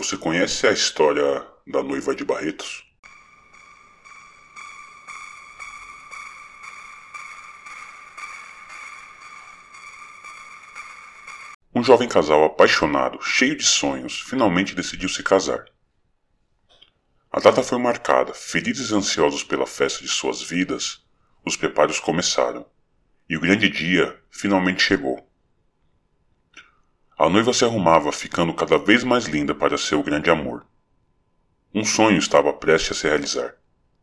Você conhece a história da noiva de Barretos? Um jovem casal apaixonado, cheio de sonhos, finalmente decidiu se casar. A data foi marcada, felizes e ansiosos pela festa de suas vidas, os preparos começaram, e o grande dia finalmente chegou. A noiva se arrumava, ficando cada vez mais linda para seu grande amor. Um sonho estava prestes a se realizar.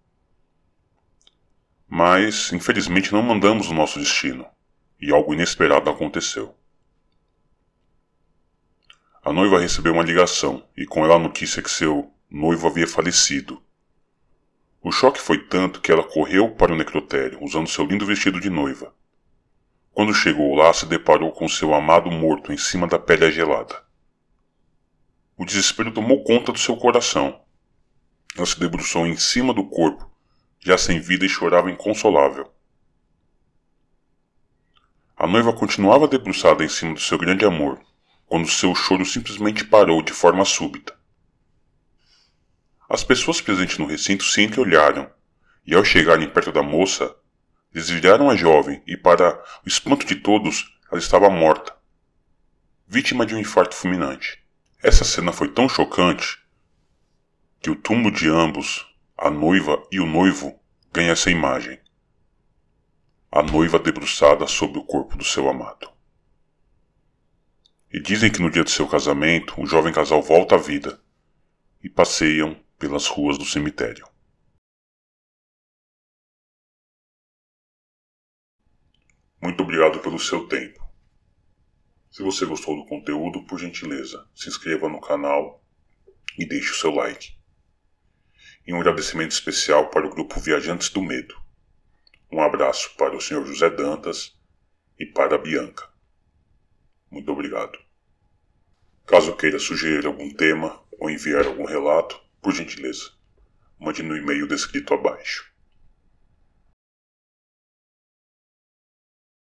Mas, infelizmente, não mandamos o nosso destino, e algo inesperado aconteceu. A noiva recebeu uma ligação, e com ela a notícia que seu noivo havia falecido. O choque foi tanto que ela correu para o necrotério, usando seu lindo vestido de noiva. Quando chegou lá, se deparou com seu amado morto em cima da pedra gelada. O desespero tomou conta do seu coração. Ela se debruçou em cima do corpo, já sem vida, e chorava inconsolável. A noiva continuava debruçada em cima do seu grande amor, quando seu choro simplesmente parou de forma súbita. As pessoas presentes no recinto se entreolharam, e ao chegarem perto da moça, desviraram a jovem e, para o espanto de todos, ela estava morta, vítima de um infarto fulminante. Essa cena foi tão chocante que o túmulo de ambos, a noiva e o noivo, ganha essa imagem. A noiva debruçada sobre o corpo do seu amado. E dizem que no dia de seu casamento, o jovem casal volta à vida e passeiam pelas ruas do cemitério. Muito obrigado pelo seu tempo. Se você gostou do conteúdo, por gentileza, se inscreva no canal e deixe o seu like. E um agradecimento especial para o grupo Viajantes do Medo. Um abraço para o Sr. José Dantas e para a Bianca. Muito obrigado. Caso queira sugerir algum tema ou enviar algum relato, por gentileza, mande no e-mail descrito abaixo.